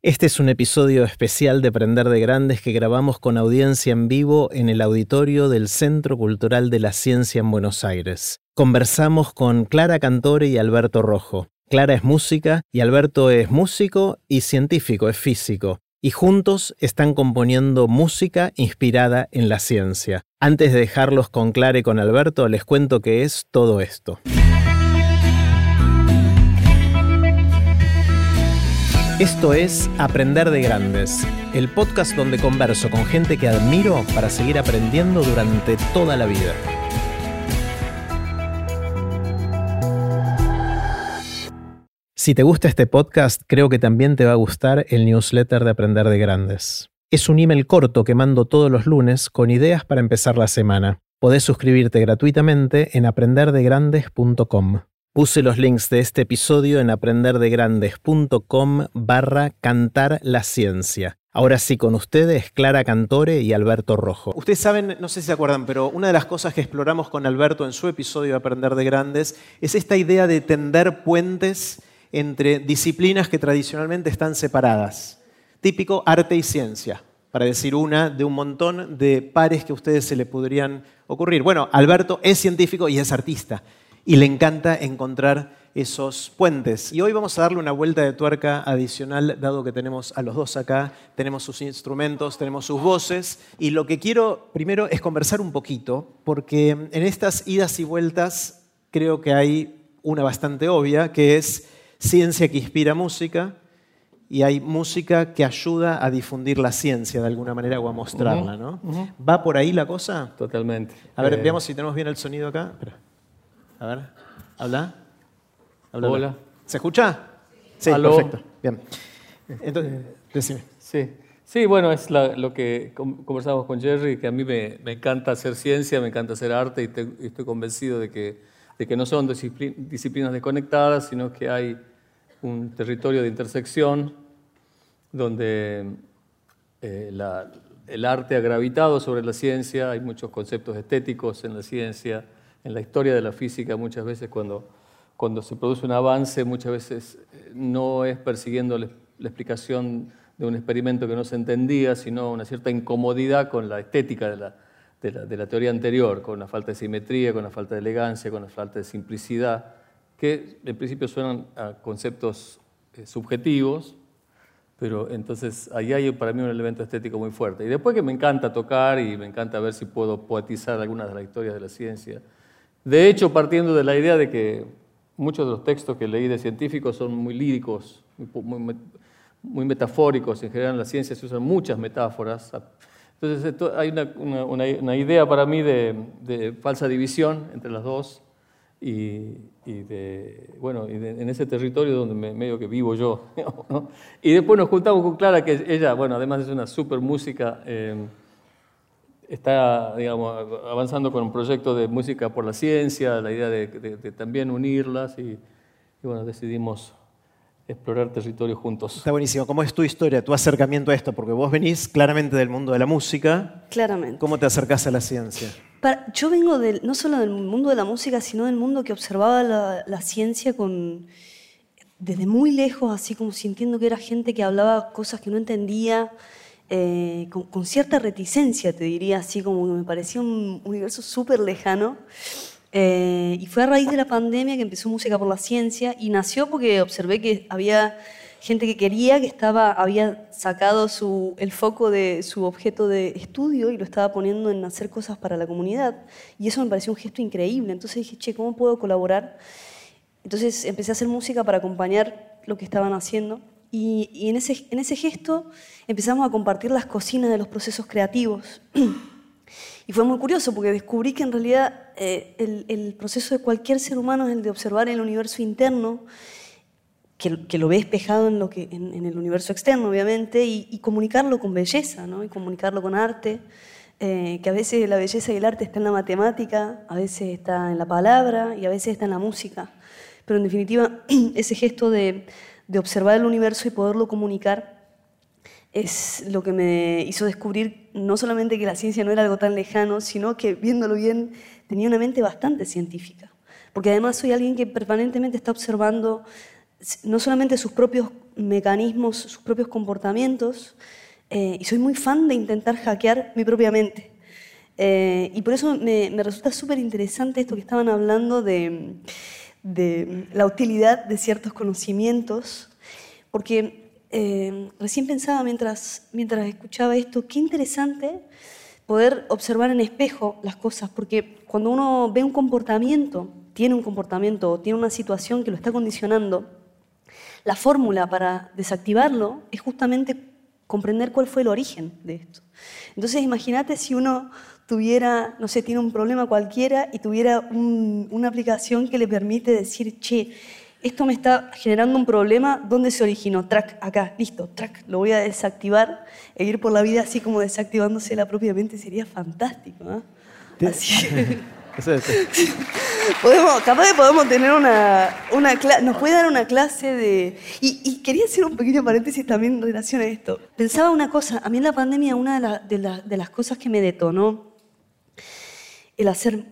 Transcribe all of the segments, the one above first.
Este es un episodio especial de Aprender de Grandes que grabamos con audiencia en vivo en el auditorio del Centro Cultural de la Ciencia en Buenos Aires. Conversamos con Clara Cantore y Alberto Rojo. Clara es música y Alberto es músico y científico, es físico. Y juntos están componiendo música inspirada en la ciencia. Antes de dejarlos con Clara y con Alberto, les cuento qué es todo esto. Esto es Aprender de Grandes, el podcast donde converso con gente que admiro para seguir aprendiendo durante toda la vida. Si te gusta este podcast, creo que también te va a gustar el newsletter de Aprender de Grandes. Es un email corto que mando todos los lunes con ideas para empezar la semana. Podés suscribirte gratuitamente en aprenderdegrandes.com. Puse los links de este episodio en aprenderdegrandes.com/cantar la ciencia. Ahora sí, con ustedes, Clara Cantore y Alberto Rojo. Ustedes saben, no sé si se acuerdan, pero una de las cosas que exploramos con Alberto en su episodio de Aprender de Grandes es esta idea de tender puentes entre disciplinas que tradicionalmente están separadas. Típico arte y ciencia, para decir una de un montón de pares que a ustedes se le podrían ocurrir. Bueno, Alberto es científico y es artista. Y le encanta encontrar esos puentes. Y hoy vamos a darle una vuelta de tuerca adicional, dado que tenemos a los dos acá, tenemos sus instrumentos, tenemos sus voces. Y lo que quiero primero es conversar un poquito, porque en estas idas y vueltas creo que hay una bastante obvia, que es ciencia que inspira música, y hay música que ayuda a difundir la ciencia de alguna manera o a mostrarla, ¿no? ¿Va por ahí la cosa? Totalmente. A ver, veamos si tenemos bien el sonido acá. Espera. A ver, ¿habla? Hola. ¿Se escucha? Sí, Aló. perfecto. Bien. Entonces, decime. Sí, bueno, es lo que conversamos con Jerry, que a mí me encanta hacer ciencia, me encanta hacer arte y estoy convencido de que no son disciplinas desconectadas, sino que hay un territorio de intersección donde el arte ha gravitado sobre la ciencia, hay muchos conceptos estéticos en la ciencia. En la historia de la física, muchas veces cuando se produce un avance, muchas veces no es persiguiendo la explicación de un experimento que no se entendía, sino una cierta incomodidad con la estética de la teoría anterior, con la falta de simetría, con la falta de elegancia, con la falta de simplicidad, que en principio suenan a conceptos subjetivos, pero entonces ahí hay para mí un elemento estético muy fuerte. Y después que me encanta tocar y me encanta ver si puedo poetizar algunas de las historias de la ciencia. De hecho, partiendo de la idea de que muchos de los textos que leí de científicos son muy líricos, muy metafóricos, en general en la ciencia se usan muchas metáforas. Entonces hay una idea para mí de falsa división entre las dos en ese territorio donde medio que vivo yo, ¿no? Y después nos juntamos con Clara, que ella, bueno, además es una súper música, está, digamos, avanzando con un proyecto de música por la ciencia, la idea de también unirlas y bueno, decidimos explorar territorios juntos. Está buenísimo. ¿Cómo es tu historia, tu acercamiento a esto? Porque vos venís claramente del mundo de la música. Claramente. ¿Cómo te acercás a la ciencia? Yo vengo no solo del mundo de la música, sino del mundo que observaba la ciencia desde muy lejos, así como sintiendo que era gente que hablaba cosas que no entendía, con cierta reticencia, te diría, así como que me parecía un universo súper lejano. Y fue a raíz de la pandemia que empezó Música por la Ciencia y nació porque observé que había gente que quería, había sacado el foco de su objeto de estudio y lo estaba poniendo en hacer cosas para la comunidad. Y eso me pareció un gesto increíble. Entonces dije, che, ¿cómo puedo colaborar? Entonces empecé a hacer música para acompañar lo que estaban haciendo. Y en ese gesto empezamos a compartir las cocinas de los procesos creativos. Y fue muy curioso porque descubrí que en realidad el proceso de cualquier ser humano es el de observar el universo interno, que lo ve espejado en el universo externo, obviamente, y comunicarlo con belleza, ¿no? Y comunicarlo con arte, que a veces la belleza y el arte está en la matemática, a veces está en la palabra y a veces está en la música. Pero en definitiva, ese gesto de observar el universo y poderlo comunicar es lo que me hizo descubrir no solamente que la ciencia no era algo tan lejano, sino que, viéndolo bien, tenía una mente bastante científica. Porque además soy alguien que permanentemente está observando no solamente sus propios mecanismos, sus propios comportamientos, y soy muy fan de intentar hackear mi propia mente. Y por eso me resulta súper interesante esto que estaban hablando de la utilidad de ciertos conocimientos, porque recién pensaba mientras escuchaba esto, qué interesante poder observar en espejo las cosas, porque cuando uno ve un comportamiento, tiene una situación que lo está condicionando, la fórmula para desactivarlo es justamente comprender cuál fue el origen de esto. Entonces, imagínate si uno tuviera, no sé, tiene un problema cualquiera y tuviera una aplicación que le permite decir, che, esto me está generando un problema, ¿dónde se originó? Track, acá, listo, track, lo voy a desactivar e ir por la vida así como desactivándose la propia mente, sería fantástico, ¿no? Así. Capaz que podemos tener una clase, nos puede dar una clase de... Y quería hacer un pequeño paréntesis también en relación a esto. Pensaba una cosa, a mí en la pandemia una de las cosas que me detonó el hacer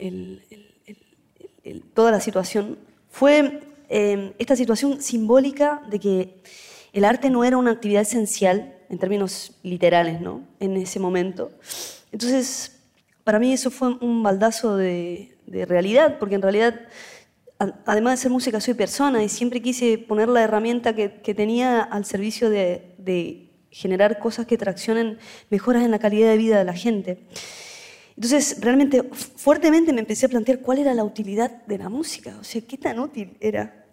toda la situación fue esta situación simbólica de que el arte no era una actividad esencial en términos literales, ¿no? En ese momento. Entonces, para mí eso fue un baldazo de realidad, porque en realidad, además de ser música, soy persona y siempre quise poner la herramienta que tenía al servicio de generar cosas que traccionen mejoras en la calidad de vida de la gente. Entonces, realmente, fuertemente me empecé a plantear cuál era la utilidad de la música, o sea, qué tan útil era.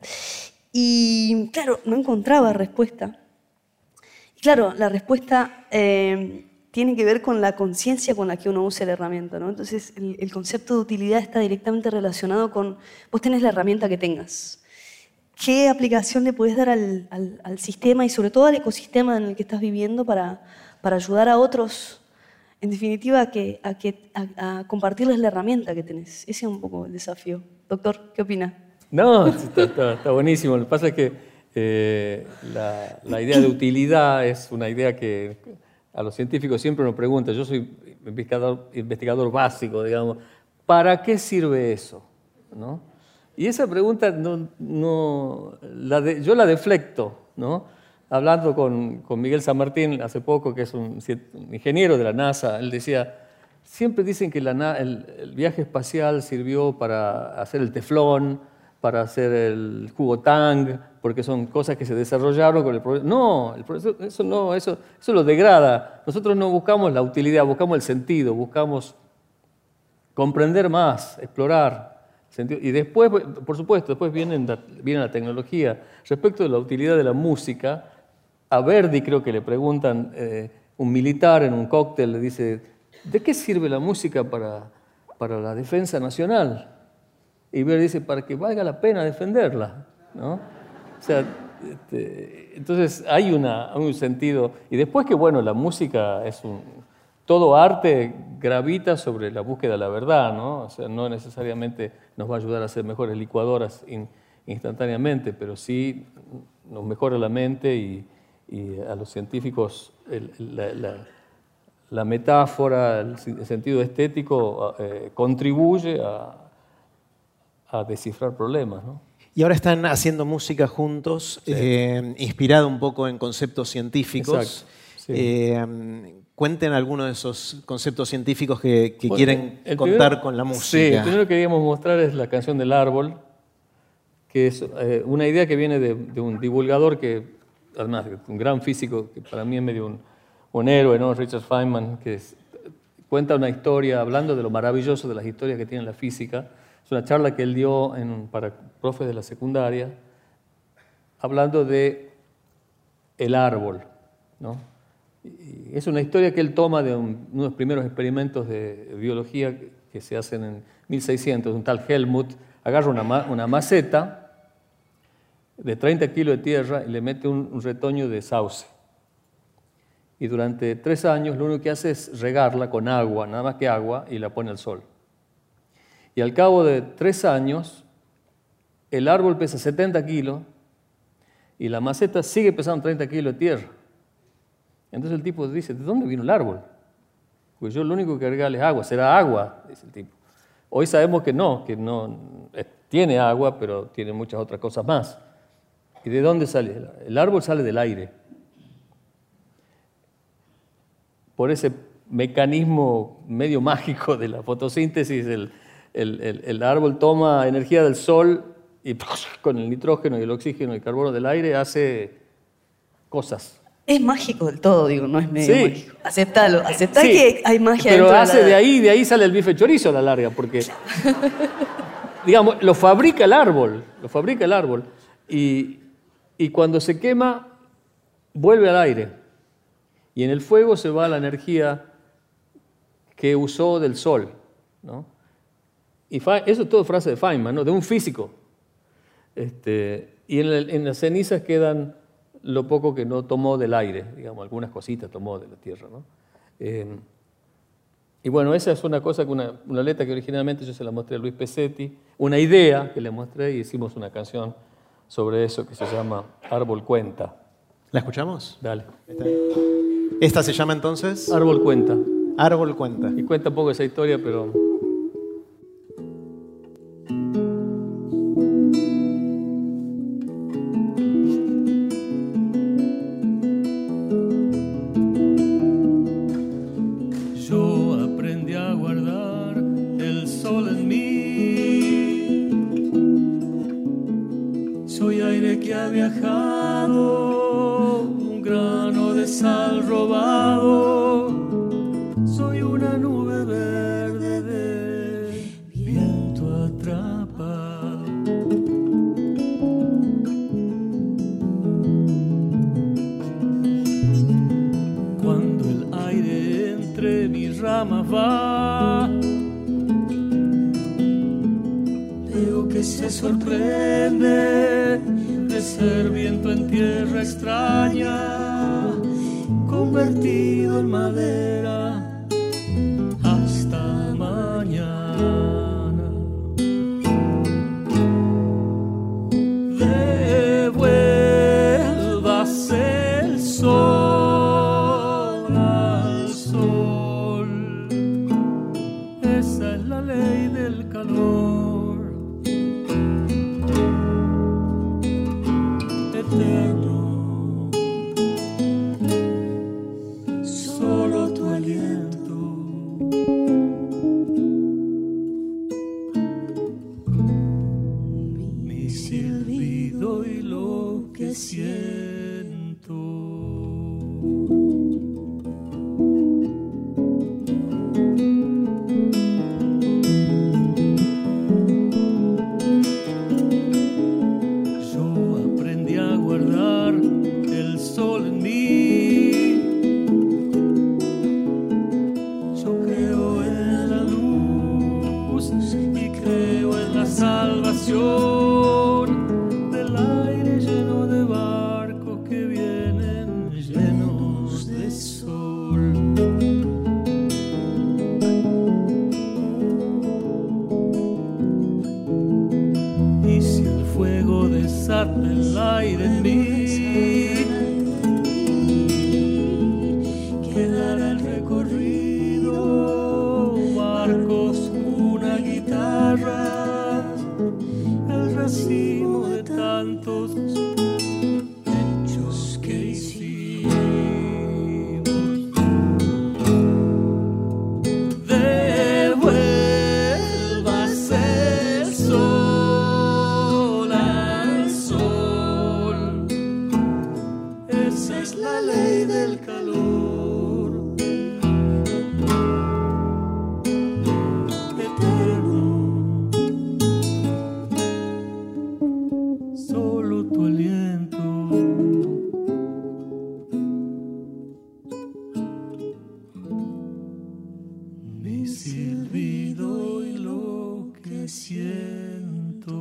Y, claro, no encontraba respuesta. Y, claro, la respuesta tiene que ver con la conciencia con la que uno usa la herramienta, ¿no? Entonces, el concepto de utilidad está directamente relacionado con vos tenés la herramienta que tengas. ¿Qué aplicación le podés dar al sistema y sobre todo al ecosistema en el que estás viviendo para ayudar a otros, en definitiva, a compartirles la herramienta que tenés? Ese es un poco el desafío. Doctor, ¿qué opina? No, está buenísimo. Lo que pasa es que la idea de utilidad es una idea que a los científicos siempre nos preguntan. Yo soy investigador básico, digamos. ¿Para qué sirve eso? ¿No? Y esa pregunta yo la deflecto, ¿no? Hablando con Miguel San Martín hace poco, que es un ingeniero de la NASA, él decía, siempre dicen que el viaje espacial sirvió para hacer el teflón, para hacer el jugo Tang, porque son cosas que se desarrollaron con el progreso. No, eso lo degrada. Nosotros no buscamos la utilidad, buscamos el sentido, buscamos comprender más, explorar. Y después, por supuesto, después viene la tecnología. Respecto de la utilidad de la música, a Verdi creo que le preguntan, un militar en un cóctel le dice, ¿de qué sirve la música para la defensa nacional? Y Verdi dice, para que valga la pena defenderla, ¿no? O sea, entonces hay un sentido. Y después que, bueno, la música todo arte gravita sobre la búsqueda de la verdad, ¿no? O sea, no necesariamente nos va a ayudar a hacer mejores licuadoras instantáneamente, pero sí nos mejora la mente y a los científicos la metáfora, el sentido estético contribuye a descifrar problemas, ¿no? Y ahora están haciendo música juntos, sí. Inspirada un poco en conceptos científicos. Exacto, sí. Cuenten algunos de esos conceptos científicos que quieren contar con la música. Sí, el primero que queríamos mostrar es la canción del árbol, que es una idea que viene de un divulgador que, además, un gran físico, que para mí es medio un héroe, ¿no? Richard Feynman, que cuenta una historia, hablando de lo maravilloso de las historias que tiene la física. Es una charla que él dio para profes de la secundaria, hablando de el árbol, ¿no? Y es una historia que él toma de unos primeros experimentos de biología que se hacen en 1600. Un tal Helmut agarra una maceta de 30 kilos de tierra y le mete un retoño de sauce. Y durante 3 años lo único que hace es regarla con agua, nada más que agua, y la pone al sol. Y al cabo de 3 años, el árbol pesa 70 kilos y la maceta sigue pesando 30 kilos de tierra. Entonces el tipo dice, ¿de dónde vino el árbol? Pues yo lo único que agregarle es agua, será agua, dice el tipo. Hoy sabemos que no tiene agua, pero tiene muchas otras cosas más. ¿Y de dónde sale? El árbol sale del aire. Por ese mecanismo medio mágico de la fotosíntesis, el árbol toma energía del sol y con el nitrógeno y el oxígeno y el carbono del aire hace cosas. Es mágico del todo, digo, no es medio Sí. mágico. Aceptalo, aceptá Sí, que hay magia pero dentro hace de ahí sale el bife chorizo a la larga, porque digamos, lo fabrica el árbol, y cuando se quema vuelve al aire, y en el fuego se va la energía que usó del sol, ¿no? Y eso es todo frase de Feynman, ¿no? De un físico. Y en las cenizas quedan lo poco que no tomó del aire, digamos, algunas cositas tomó de la tierra, ¿no? Y bueno, esa es una cosa, una letra que originalmente yo se la mostré a Luis Pesetti, una idea que le mostré y hicimos una canción sobre eso que se llama Árbol Cuenta. ¿La escuchamos? Dale. ¿Esta se llama entonces? Árbol Cuenta. Árbol Cuenta. Y cuenta un poco esa historia, pero... Yo aprendí a guardar el sol en mí. Soy aire que ha viajado, un grano de sal robado. Soy una nube verde de viento atrapa. Cuando el aire entre mis ramas va, veo que se sorprende de ser viento en tierra extraña, convertido en madera hasta mañana. Devuélvase el sol al sol. Esa es la ley del calor eterno. Solo tu aliento. Mi silbido y lo que siento. Yo aprendí a guardar el sol en mí. Yo creo en la luz y creo en la salvación del aire lleno de barcos que vienen llenos de sol. Y si el fuego desata el aire en mí, quedará el recorrido, barcos, una guitarra, el racimo de tantos hechos que hicimos. Devuélvase el sol al sol. Esa es la ley del calor eterno. Solo tu aliento. Mi silbido y lo que siento.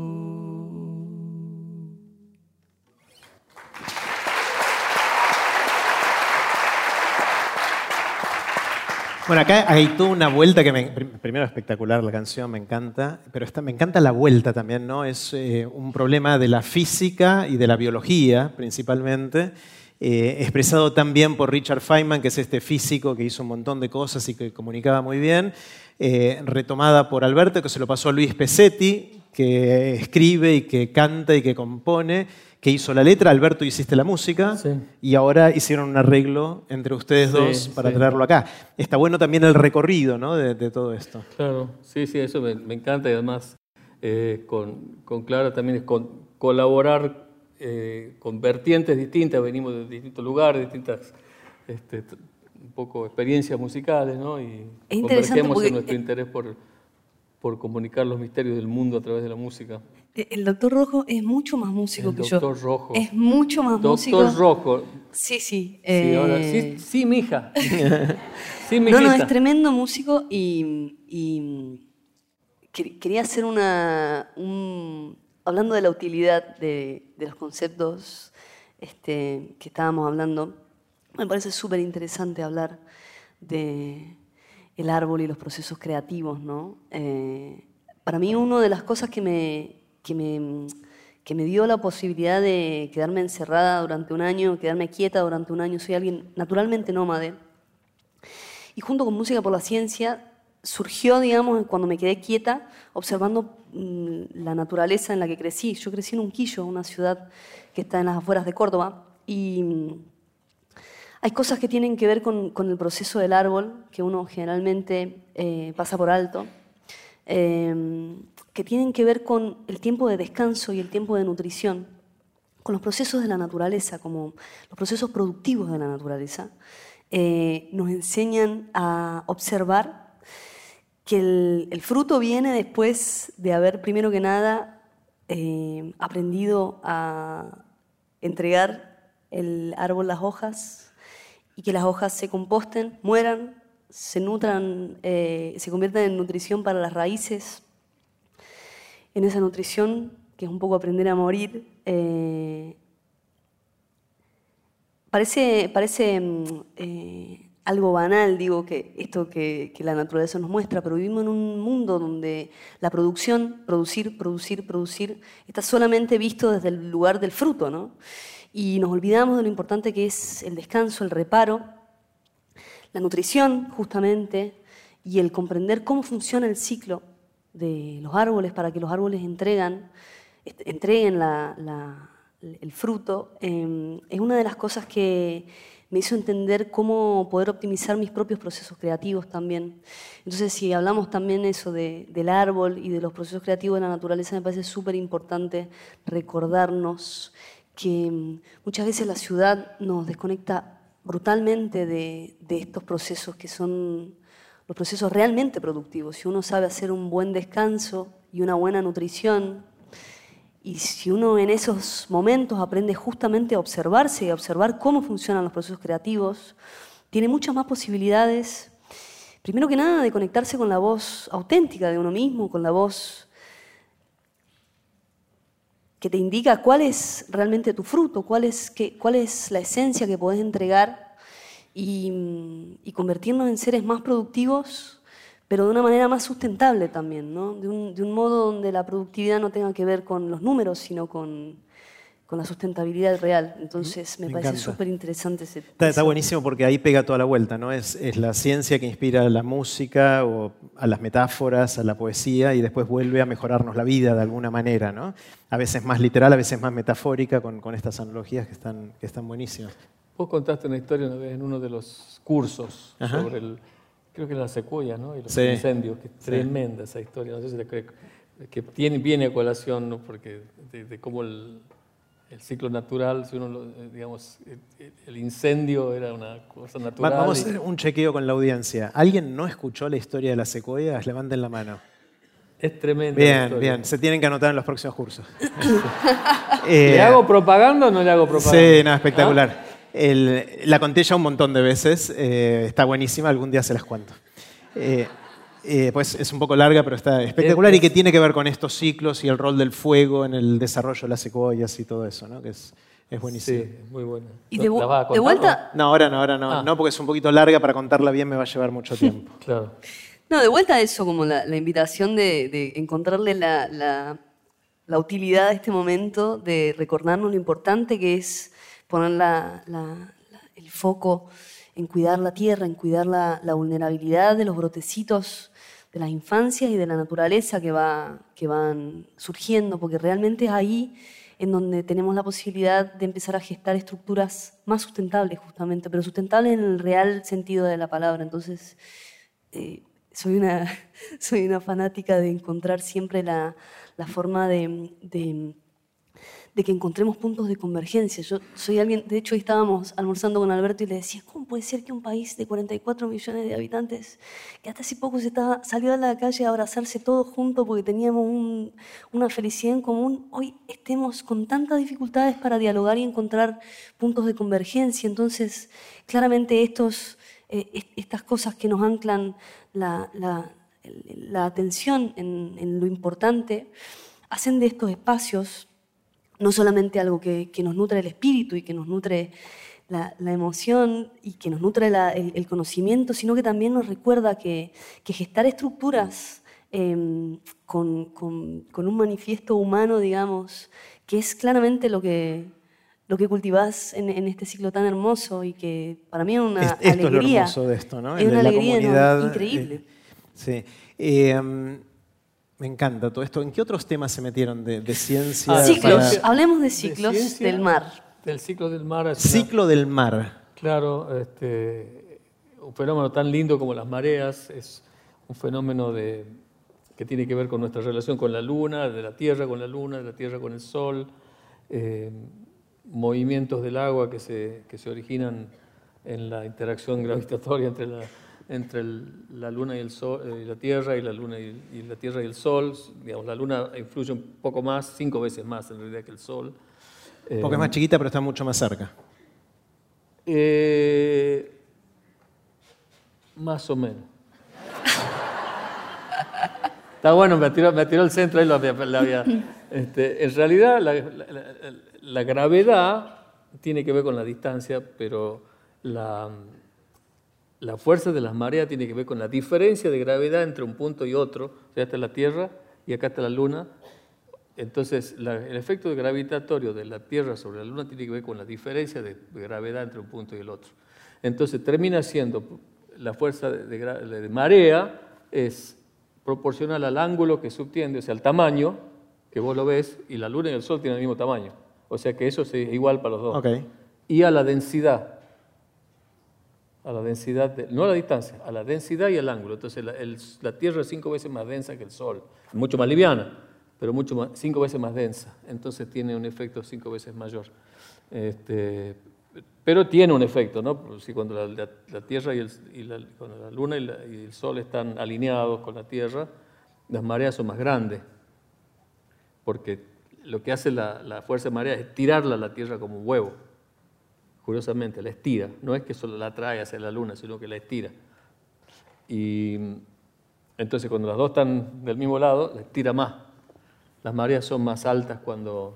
Bueno, acá hay toda una vuelta que primero espectacular la canción, me encanta, pero me encanta la vuelta también, ¿no? Es un problema de la física y de la biología principalmente, expresado también por Richard Feynman, que es este físico que hizo un montón de cosas y que comunicaba muy bien, retomada por Alberto, que se lo pasó a Luis Pesetti, que escribe y que canta y que compone, que hizo la letra. Alberto, hiciste la música, Sí. y ahora hicieron un arreglo entre ustedes dos para traerlo acá. Está bueno también el recorrido, ¿no?, de todo esto. Claro, sí, eso me encanta, y además con Clara también es colaborar con vertientes distintas, venimos de distintos lugares, distintas un poco experiencias musicales, ¿no? Y Es interesante convergemos porque en nuestro interés por comunicar los misterios del mundo a través de la música. El Doctor Rojo es mucho más músico que yo. El Doctor Rojo. Es mucho más músico. Doctor Rojo. Sí. Sí, ahora, sí, mija. Sí, No, mijita. es tremendo músico y quería hacer hablando de la utilidad de los conceptos que estábamos hablando, me parece súper interesante hablar de el árbol y los procesos creativos, ¿no? Para mí una de las cosas que me dio la posibilidad de quedarme encerrada durante un año, quedarme quieta durante un año, soy alguien naturalmente nómade, y junto con Música por la Ciencia surgió, digamos, cuando me quedé quieta, observando la naturaleza en la que crecí. Yo crecí en Unquillo, una ciudad que está en las afueras de Córdoba, y hay cosas que tienen que ver con el proceso del árbol, que uno generalmente pasa por alto, que tienen que ver con el tiempo de descanso y el tiempo de nutrición, con los procesos de la naturaleza, como los procesos productivos de la naturaleza. Nos enseñan a observar que el fruto viene después de haber, primero que nada, aprendido a entregar el árbol las hojas, y que las hojas se composten, mueran, se nutran, se conviertan en nutrición para las raíces. En esa nutrición, que es un poco aprender a morir, parece algo banal, digo, que esto que la naturaleza nos muestra, pero vivimos en un mundo donde la producción, producir, está solamente visto desde el lugar del fruto, ¿no? Y nos olvidamos de lo importante que es el descanso, el reparo, la nutrición, justamente, y el comprender cómo funciona el ciclo de los árboles para que los árboles entreguen el fruto. Es una de las cosas que me hizo entender cómo poder optimizar mis propios procesos creativos también. Entonces, si hablamos también eso del árbol y de los procesos creativos de la naturaleza, me parece súper importante recordarnos que muchas veces la ciudad nos desconecta brutalmente de estos procesos que son los procesos realmente productivos. Si uno sabe hacer un buen descanso y una buena nutrición, y si uno en esos momentos aprende justamente a observarse y a observar cómo funcionan los procesos creativos, tiene muchas más posibilidades, primero que nada, de conectarse con la voz auténtica de uno mismo, con la voz que te indica cuál es realmente tu fruto, cuál es la esencia que podés entregar y convertirnos en seres más productivos, pero de una manera más sustentable también, ¿no? De un modo donde la productividad no tenga que ver con los números, sino con la sustentabilidad real. Entonces me parece súper interesante ese Está buenísimo porque ahí pega toda la vuelta, ¿no? Es la ciencia que inspira a la música o a las metáforas, a la poesía, y después vuelve a mejorarnos la vida de alguna manera, ¿no? A veces más literal, a veces más metafórica, con estas analogías que están buenísimas. Vos contaste una historia una vez en uno de los cursos Ajá. sobre creo que la secuoya, ¿no? Y los Sí. incendios, que es tremenda esa historia. No sé si te crees que viene a colación, ¿no? Porque de cómo el ciclo natural, si uno digamos, el incendio era una cosa natural. Vamos a hacer un chequeo con la audiencia. ¿Alguien no escuchó la historia de las secuoyas? Levanten la mano. Es tremenda. la historia. Bien. Se tienen que anotar en los próximos cursos. ¿Le hago propaganda o no le hago propaganda? Sí, no, espectacular. La conté ya un montón de veces. Está buenísima, algún día se las cuento. Pues es un poco larga, pero está espectacular y que tiene que ver con estos ciclos y el rol del fuego en el desarrollo de las secuoyas y todo eso, ¿no? Que es buenísimo. Sí, muy buena. Y ¿La vas a contar, de vuelta... No, ahora no. No, porque es un poquito larga, para contarla bien me va a llevar mucho tiempo. Claro. No, de vuelta a eso, como la invitación de encontrarle la utilidad de este momento, de recordarnos lo importante que es poner el foco en cuidar la tierra, en cuidar la vulnerabilidad de los brotecitos las infancias y de la naturaleza que van surgiendo, porque realmente es ahí en donde tenemos la posibilidad de empezar a gestar estructuras más sustentables justamente, pero sustentables en el real sentido de la palabra. Entonces, soy una fanática de encontrar siempre la forma de que encontremos puntos de convergencia. Yo soy alguien, de hecho, hoy estábamos almorzando con Alberto y le decía, ¿cómo puede ser que un país de 44 millones de habitantes, que hasta hace poco salió a la calle a abrazarse todos juntos porque teníamos una felicidad en común, hoy estemos con tantas dificultades para dialogar y encontrar puntos de convergencia? Entonces, claramente estas cosas que nos anclan la atención en lo importante, hacen de estos espacios no solamente algo que nos nutre el espíritu y que nos nutre la emoción y que nos nutre el conocimiento, sino que también nos recuerda que gestar estructuras con un manifiesto humano, digamos, que es claramente lo que cultivás en este ciclo tan hermoso y que para mí es una Esto alegría. es lo hermoso de esto, ¿no? Es una La alegría comunidad, increíble. Sí. Me encanta todo esto. ¿En qué otros temas se metieron de ciencia? Ciclos. Hablemos de ciclos ciencia, del mar. Del ciclo del mar. Ciclo del mar. Claro, un fenómeno tan lindo como las mareas, es un fenómeno que tiene que ver con nuestra relación con la luna, de la Tierra con la luna, de la Tierra con el Sol, movimientos del agua que se originan en la interacción gravitatoria entre la luna y el sol, y la Tierra, y la luna y la Tierra y el Sol. Digamos, la luna influye un poco más, 5 veces más en realidad que el Sol. Porque es más chiquita, pero está mucho más cerca. Más o menos. Está bueno, me tiró el centro, ahí lo había. En realidad, la gravedad tiene que ver con la distancia, pero la fuerza de las mareas tiene que ver con la diferencia de gravedad entre un punto y otro. O sea, esta es la Tierra y acá está la Luna. Entonces, el efecto gravitatorio de la Tierra sobre la Luna tiene que ver con la diferencia de gravedad entre un punto y el otro. Entonces, termina siendo la fuerza de marea es proporcional al ángulo que subtiende, o sea, al tamaño que vos lo ves, y la Luna y el Sol tienen el mismo tamaño. O sea que eso es igual para los dos. Okay. Y a la densidad. No a la distancia, a la densidad y al ángulo. Entonces la Tierra es 5 veces más densa que el Sol, mucho más liviana, pero 5 veces más densa. Entonces tiene un efecto 5 veces mayor. Pero tiene un efecto, ¿no? Si cuando la Tierra cuando la Luna y el Sol están alineados con la Tierra, las mareas son más grandes, porque lo que hace la fuerza de marea es tirarla a la Tierra como un huevo. Curiosamente, la estira. No es que solo la trae hacia la Luna, sino que la estira. Y entonces, cuando las dos están del mismo lado, la estira más. Las mareas son más altas cuando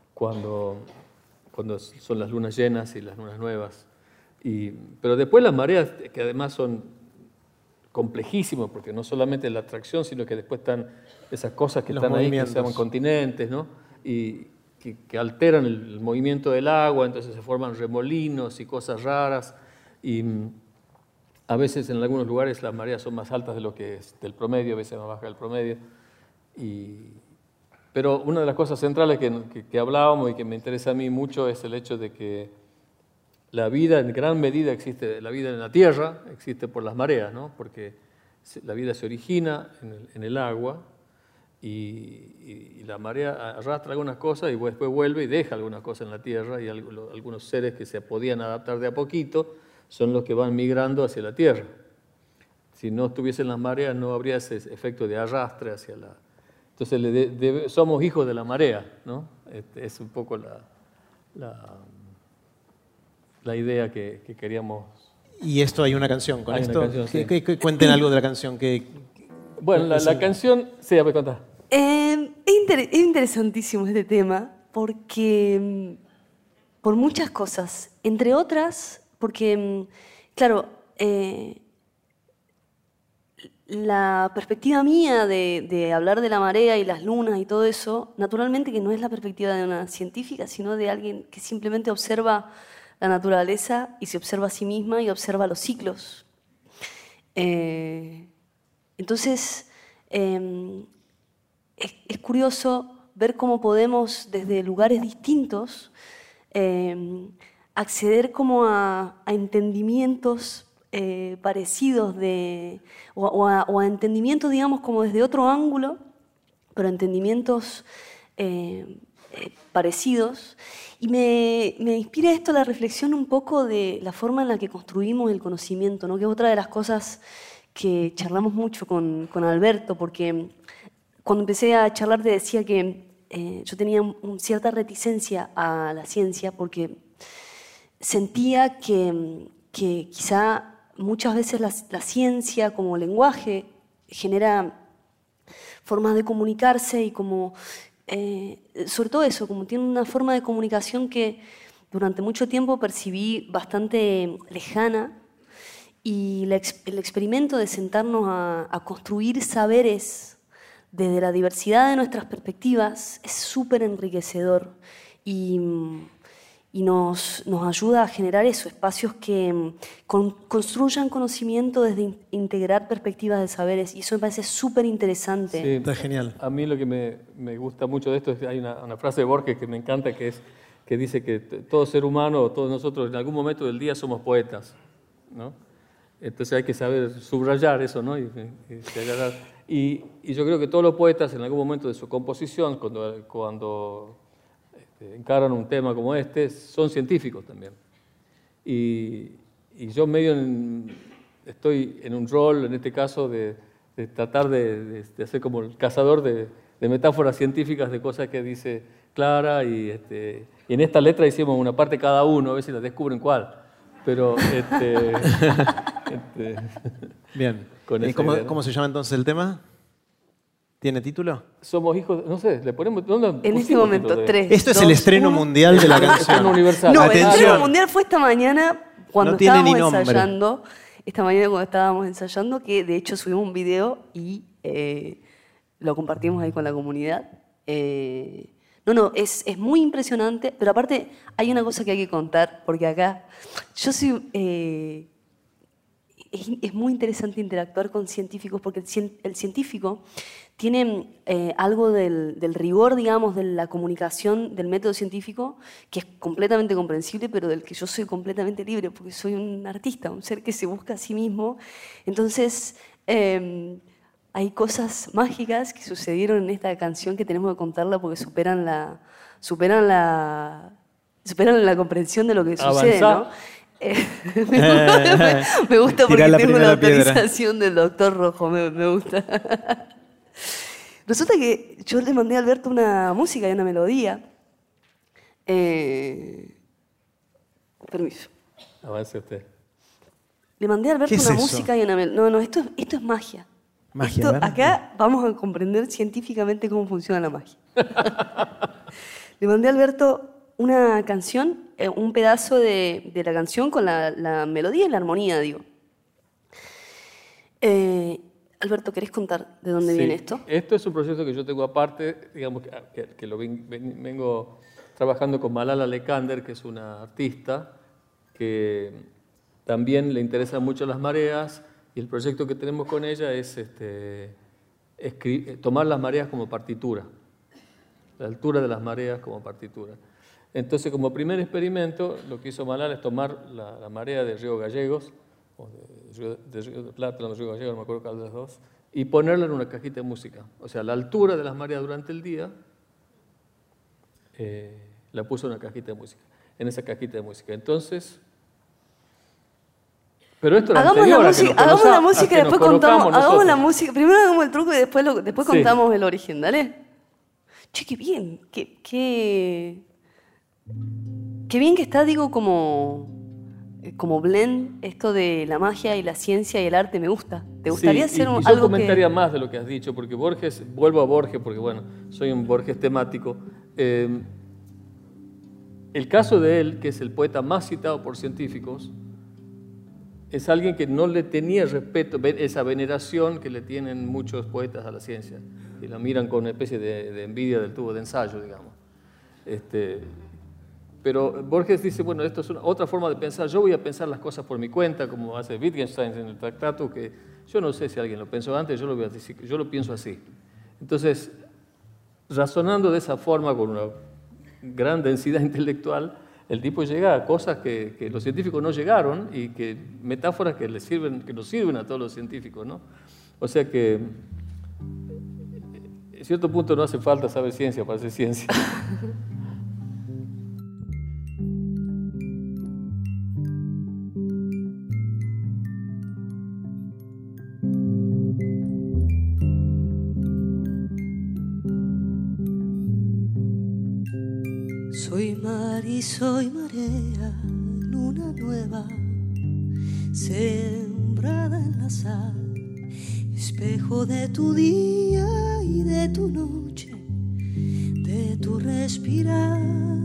son las lunas llenas y las lunas nuevas. Pero después las mareas, que además son complejísimas, porque no solamente la atracción, sino que después están esas cosas que están ahí, que se llaman continentes, ¿no? Y que alteran el movimiento del agua, entonces se forman remolinos y cosas raras, y a veces en algunos lugares las mareas son más altas de lo que es del promedio, a veces más bajas del promedio. Pero una de las cosas centrales que hablábamos y que me interesa a mí mucho es el hecho de que la vida en gran medida existe, la vida en la Tierra existe por las mareas, ¿no? Porque la vida se origina en el agua, y la marea arrastra algunas cosas y después vuelve y deja algunas cosas en la Tierra, y algunos seres que se podían adaptar de a poquito son los que van migrando hacia la Tierra. Si no estuviesen las mareas no habría ese efecto de arrastre hacia la... Entonces somos hijos de la marea, ¿no? Es un poco la idea que queríamos... Y esto hay una canción con hay esto. Una canción, sí. Cuenten algo de la canción que... Bueno, la canción... Sí, a ver, contá. Es interesantísimo este tema porque por muchas cosas, entre otras porque, claro, la perspectiva mía de hablar de la marea y las lunas y todo eso, naturalmente que no es la perspectiva de una científica, sino de alguien que simplemente observa la naturaleza y se observa a sí misma y observa los ciclos. Entonces, es curioso ver cómo podemos, desde lugares distintos, acceder como a entendimientos parecidos o a entendimientos, digamos, como desde otro ángulo, pero entendimientos parecidos. Y me inspira esto la reflexión un poco de la forma en la que construimos el conocimiento, ¿no? Que es otra de las cosas que charlamos mucho con Alberto, porque cuando empecé a charlar te decía que yo tenía cierta reticencia a la ciencia porque sentía que quizá muchas veces la ciencia como lenguaje genera formas de comunicarse y como, sobre todo eso, como tiene una forma de comunicación que durante mucho tiempo percibí bastante lejana, y el experimento de sentarnos a construir saberes desde la diversidad de nuestras perspectivas es súper enriquecedor y nos ayuda a generar eso, espacios que construyan conocimiento desde integrar perspectivas de saberes, y eso me parece súper interesante. Sí, Está genial. A mí lo que me gusta mucho de esto es que hay una frase de Borges que me encanta, que dice que todo ser humano, todos nosotros en algún momento del día somos poetas, ¿no? Entonces hay que saber subrayar eso, ¿no? Y yo creo que todos los poetas en algún momento de su composición, cuando encaran un tema como este, son científicos también. Y yo estoy en un rol, en este caso, de tratar de hacer como el cazador de metáforas científicas de cosas que dice Clara, y en esta letra hicimos una parte cada uno, a ver si la descubren cuál. Pero Bien. Con esa ¿Cómo, idea, ¿no? ¿Cómo se llama entonces el tema? ¿Tiene título? Somos hijos, no sé, le ponemos... En este momento, 3. Esto es el estreno mundial de la canción. Estreno universal. No, el Atención. estreno mundial fue esta mañana cuando No tiene ni estábamos nombre. ensayando. Esta mañana cuando estábamos ensayando, que de hecho subimos un video y lo compartimos ahí con la comunidad. Es muy impresionante, pero aparte hay una cosa que hay que contar, porque acá yo soy... es muy interesante interactuar con científicos, porque el científico tiene algo del rigor, digamos, de la comunicación del método científico, que es completamente comprensible, pero del que yo soy completamente libre, porque soy un artista, un ser que se busca a sí mismo. Entonces, hay cosas mágicas que sucedieron en esta canción que tenemos que contarla porque superan la comprensión de lo que sucede, ¿no? Me gusta porque Tirá la tengo la primera piedra. autorización del doctor Rojo, me gusta. Resulta que yo le mandé a Alberto una música y una melodía. Permiso. Avance usted. Le mandé a Alberto ¿Qué es una eso? música y una melodía. No, esto es magia. Magia, Esto, ¿verdad? acá vamos a comprender científicamente cómo funciona la magia. Le mandé a Alberto una canción, un pedazo de la canción con la melodía y la armonía, digo. Alberto, ¿querés contar de dónde viene esto? Esto es un proceso que yo tengo aparte, digamos, que lo vengo trabajando con Malala Lekander, que es una artista que también le interesan mucho las mareas, y el proyecto que tenemos con ella es tomar las mareas como partitura, la altura de las mareas como partitura. Entonces, como primer experimento, lo que hizo Malala es tomar la marea de Río Gallegos, o de Río de Plata, o de Río Gallegos, no me acuerdo cuál de las dos, y ponerla en una cajita de música. O sea, la altura de las mareas durante el día la puso en una cajita de música, en esa cajita de música. Entonces, pero esto era Hagamos anterior la a que música, nos hagamos la conozca- música a y que nos después contamos. conozcamos Hagamos la nosotros. música. Primero hagamos el truco y después Sí. contamos el origen, ¿dale? Che, qué bien. Qué bien que está, digo, como blend esto de la magia y la ciencia y el arte. Me gusta. ¿Te gustaría Sí, hacer y yo algo comentaría más de lo que has dicho, porque Borges, vuelvo a Borges, porque bueno, soy un Borges temático. El caso de él, que es el poeta más citado por científicos, es alguien que no le tenía respeto, esa veneración que le tienen muchos poetas a la ciencia, y la miran con una especie de envidia del tubo de ensayo, digamos. Pero Borges dice, bueno, esto es otra forma de pensar. Yo voy a pensar las cosas por mi cuenta, como hace Wittgenstein en el Tractatus, que yo no sé si alguien lo pensó antes, yo lo voy a decir, yo lo pienso así. Entonces, razonando de esa forma, con una gran densidad intelectual, el tipo llega a cosas que los científicos no llegaron y que metáforas que nos sirven a todos los científicos, ¿no? O sea que, en cierto punto, no hace falta saber ciencia para hacer ciencia. Soy mar y soy marea, luna nueva, sembrada en la sal, espejo de tu día y de tu noche, de tu respirar,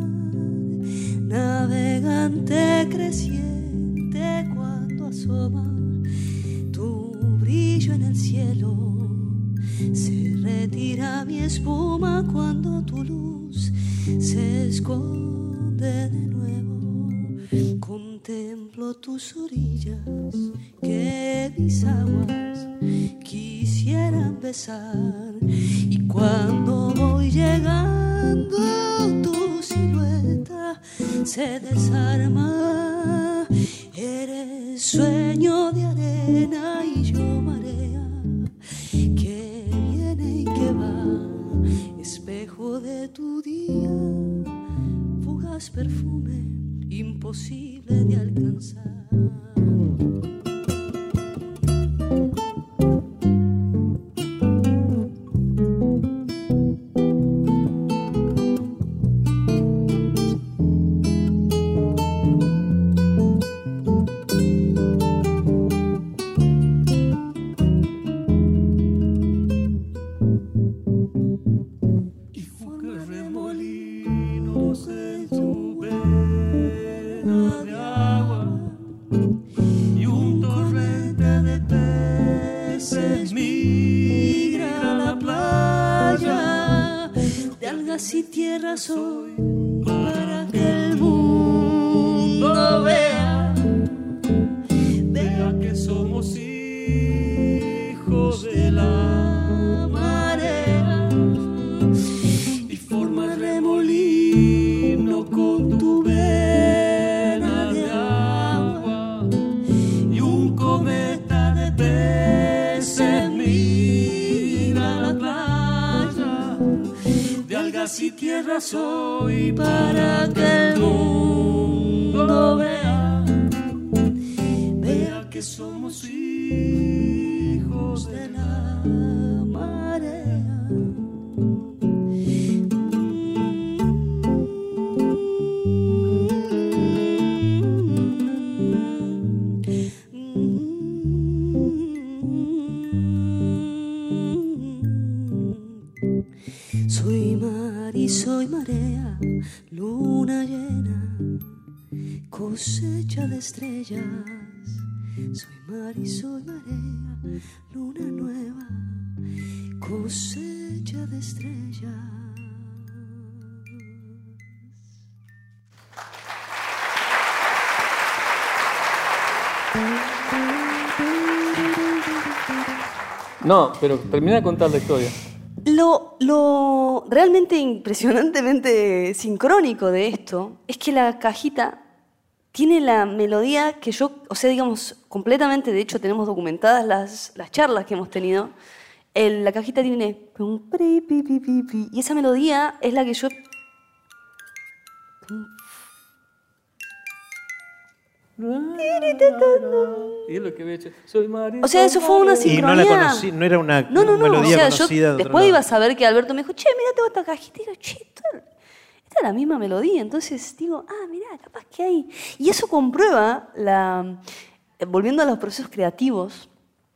navegante creciente cuando asoma tu brillo en el cielo, se retira mi espuma cuando tu luz se esconde de nuevo. Contemplo tus orillas que mis aguas quisieran besar, y cuando voy llegando tu silueta se desarma. Eres sueño de arena y yo marea que viene y que va, espejo de tu día, fugaz perfume imposible de alcanzar. Si tierra soy para que el mundo vea que somos hijos de la marea, y forma el remolino con tu vena de agua, y un cometa de peces mira la playa. De algas y tierra soy para que el mundo vea que somos hijos de la marea. Soy mar y soy marea, luna llena, cosecha de estrellas. Soy mar y soy marea, luna nueva, cosecha de estrellas. No, pero termina de contar la historia. Lo realmente impresionantemente sincrónico de esto es que la cajita tiene la melodía que yo, o sea, digamos, completamente, de hecho tenemos documentadas las charlas que hemos tenido. La cajita tiene pum, pri, pi, pi, pi, pi, y esa melodía es la que yo... Y es lo que había hecho. Soy María. O sea, eso fue una sincronía. Y no la conocí, no era una melodía o sea, conocida. yo después iba a saber que Alberto me dijo, che, mirá toda esta cajita. Y digo, che, esta es la misma melodía. Entonces digo, mirá, capaz que hay. Y eso comprueba, volviendo a los procesos creativos,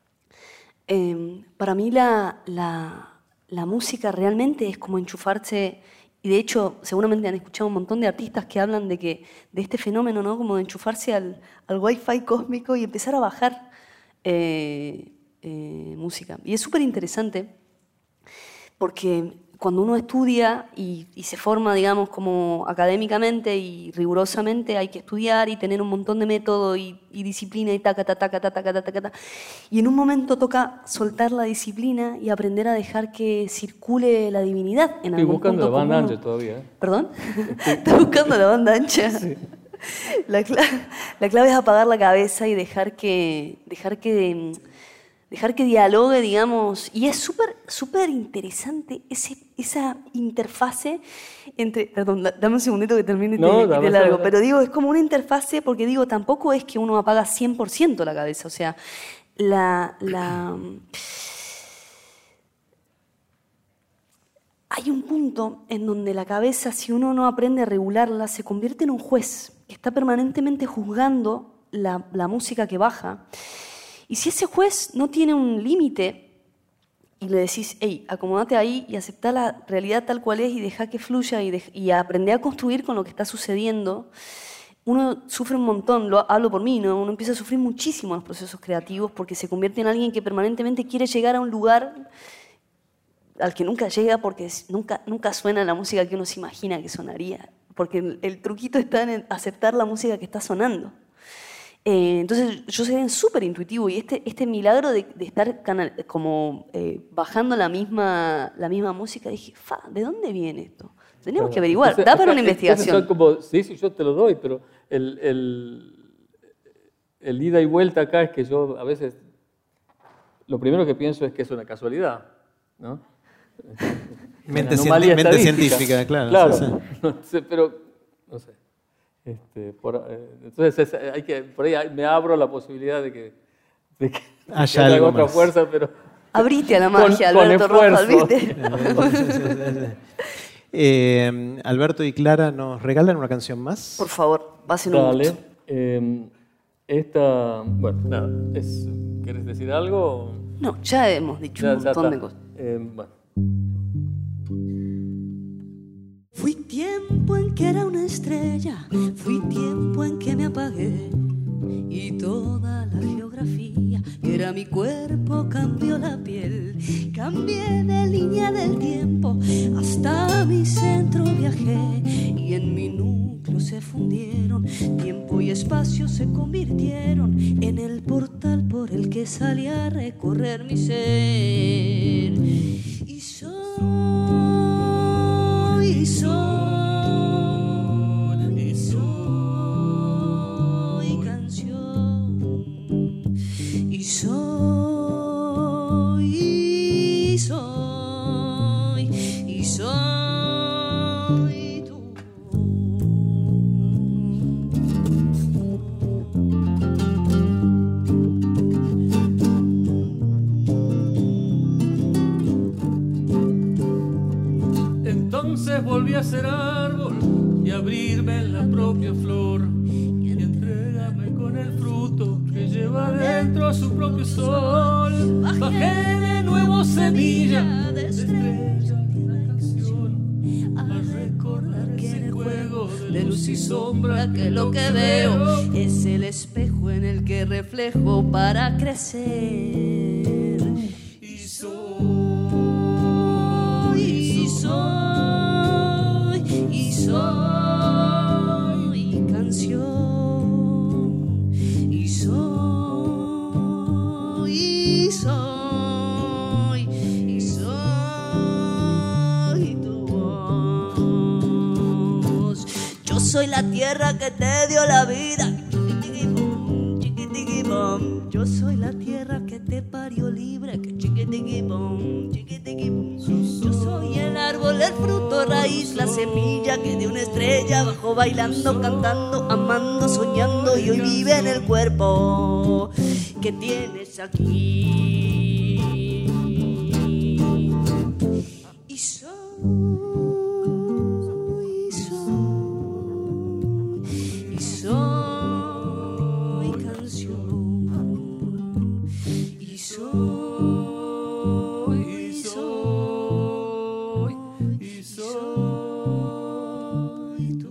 para mí la música realmente es como enchufarse. Y de hecho, seguramente han escuchado un montón de artistas que hablan de este fenómeno, ¿no? Como de enchufarse al Wi-Fi cósmico y empezar a bajar música. Y es súper interesante porque cuando uno estudia y se forma, digamos, como académicamente y rigurosamente, hay que estudiar y tener un montón de método y disciplina y taca, taca, taca, taca, taca, taca. Y en un momento toca soltar la disciplina y aprender a dejar que circule la divinidad en Estoy algún buscando punto la banda común. ancha todavía. ¿Perdón? ¿Estás buscando la banda ancha? Sí. La clave es apagar la cabeza y dejar que dialogue, digamos, y es súper interesante esa interfase entre... Perdón, dame un segundito que termine de largo, pero digo, es como una interfase porque digo, tampoco es que uno apaga 100% la cabeza, o sea, hay un punto en donde la cabeza, si uno no aprende a regularla, se convierte en un juez que está permanentemente juzgando la música que baja. Y si ese juez no tiene un límite y le decís, hey, acomódate ahí y aceptá la realidad tal cual es y deja que fluya y aprende a construir con lo que está sucediendo, uno sufre un montón, hablo por mí, ¿no? Uno empieza a sufrir muchísimo en los procesos creativos porque se convierte en alguien que permanentemente quiere llegar a un lugar al que nunca llega porque nunca suena la música que uno se imagina que sonaría, porque el truquito está en aceptar la música que está sonando. Entonces yo soy súper intuitivo y este milagro de estar bajando la misma música, dije, ¿de dónde viene esto? Tenemos que averiguar, da para una investigación. Sí, yo te lo doy, pero el ida y vuelta acá es que yo a veces lo primero que pienso es que es una casualidad, ¿no? Mente científica, claro. Claro, Sí. No sé, pero no sé. Entonces por ahí me abro a la posibilidad de que haya haya algo otra más. fuerza, pero abrite a la magia, con Alberto Rojas, ¿viste? Alberto y Clara, ¿nos regalan una canción más? Por favor, va a ser un gusto. Esta, bueno, nada, ¿querés decir algo? No, ya hemos dicho un montón de cosas. Bueno. Fui tiempo en que era una estrella, fui tiempo en que me apagué y toda la geografía que era mi cuerpo cambió la piel. Cambié de línea del tiempo, hasta mi centro viajé y en mi núcleo se fundieron, tiempo y espacio se convirtieron en el portal por el que salí a recorrer mi ser. Y soy canción y soy tú. Entonces volví a ser árbol y abrirme en la propia flor y entregarme con el fruto que lleva dentro su propio sol. Bajé de nuevo semilla de estrella una canción a recordar que en el juego de luz y sombra Que lo que veo es el espejo en el que reflejo para crecer. y Soy canción y soy tu voz. Yo soy la tierra que te dio la vida. Chiquitiquibom, chiquitiquibom. Yo soy la tierra que te parió libre. Chiquitiquibom, chiquitiquibom. Yo soy el árbol, el fruto, raíz, la semilla que de una estrella bajó bailando, cantando, amando, soñando y hoy vive en el cuerpo que tienes aquí. Y soy canción y soy tú.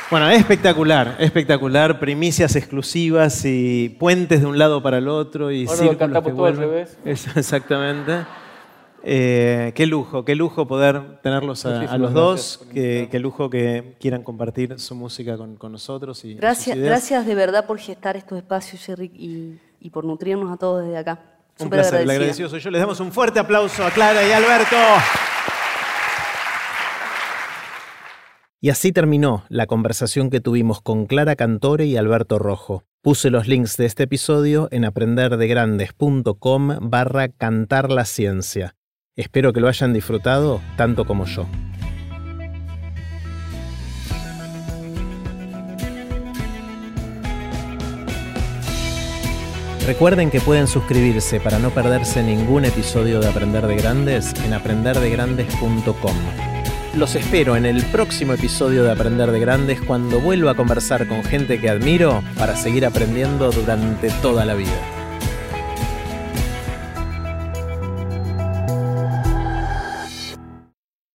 Bueno, espectacular, espectacular. Primicias exclusivas y puentes de un lado para el otro. Y ahora lo cantamos todo al revés. Eso, exactamente. Qué lujo poder tenerlos a los dos. Qué lujo que quieran compartir su música con nosotros. Y gracias de verdad por gestar estos espacios, Jerry, y por nutrirnos a todos desde acá. Un placer, el agradecido soy yo. Les damos un fuerte aplauso a Clara y Alberto. Y así terminó la conversación que tuvimos con Clara Cantore y Alberto Rojo. Puse los links de este episodio en aprenderdegrandes.com/cantar la ciencia. Espero que lo hayan disfrutado tanto como yo. Recuerden que pueden suscribirse para no perderse ningún episodio de Aprender de Grandes en aprenderdegrandes.com. Los espero en el próximo episodio de Aprender de Grandes cuando vuelva a conversar con gente que admiro para seguir aprendiendo durante toda la vida.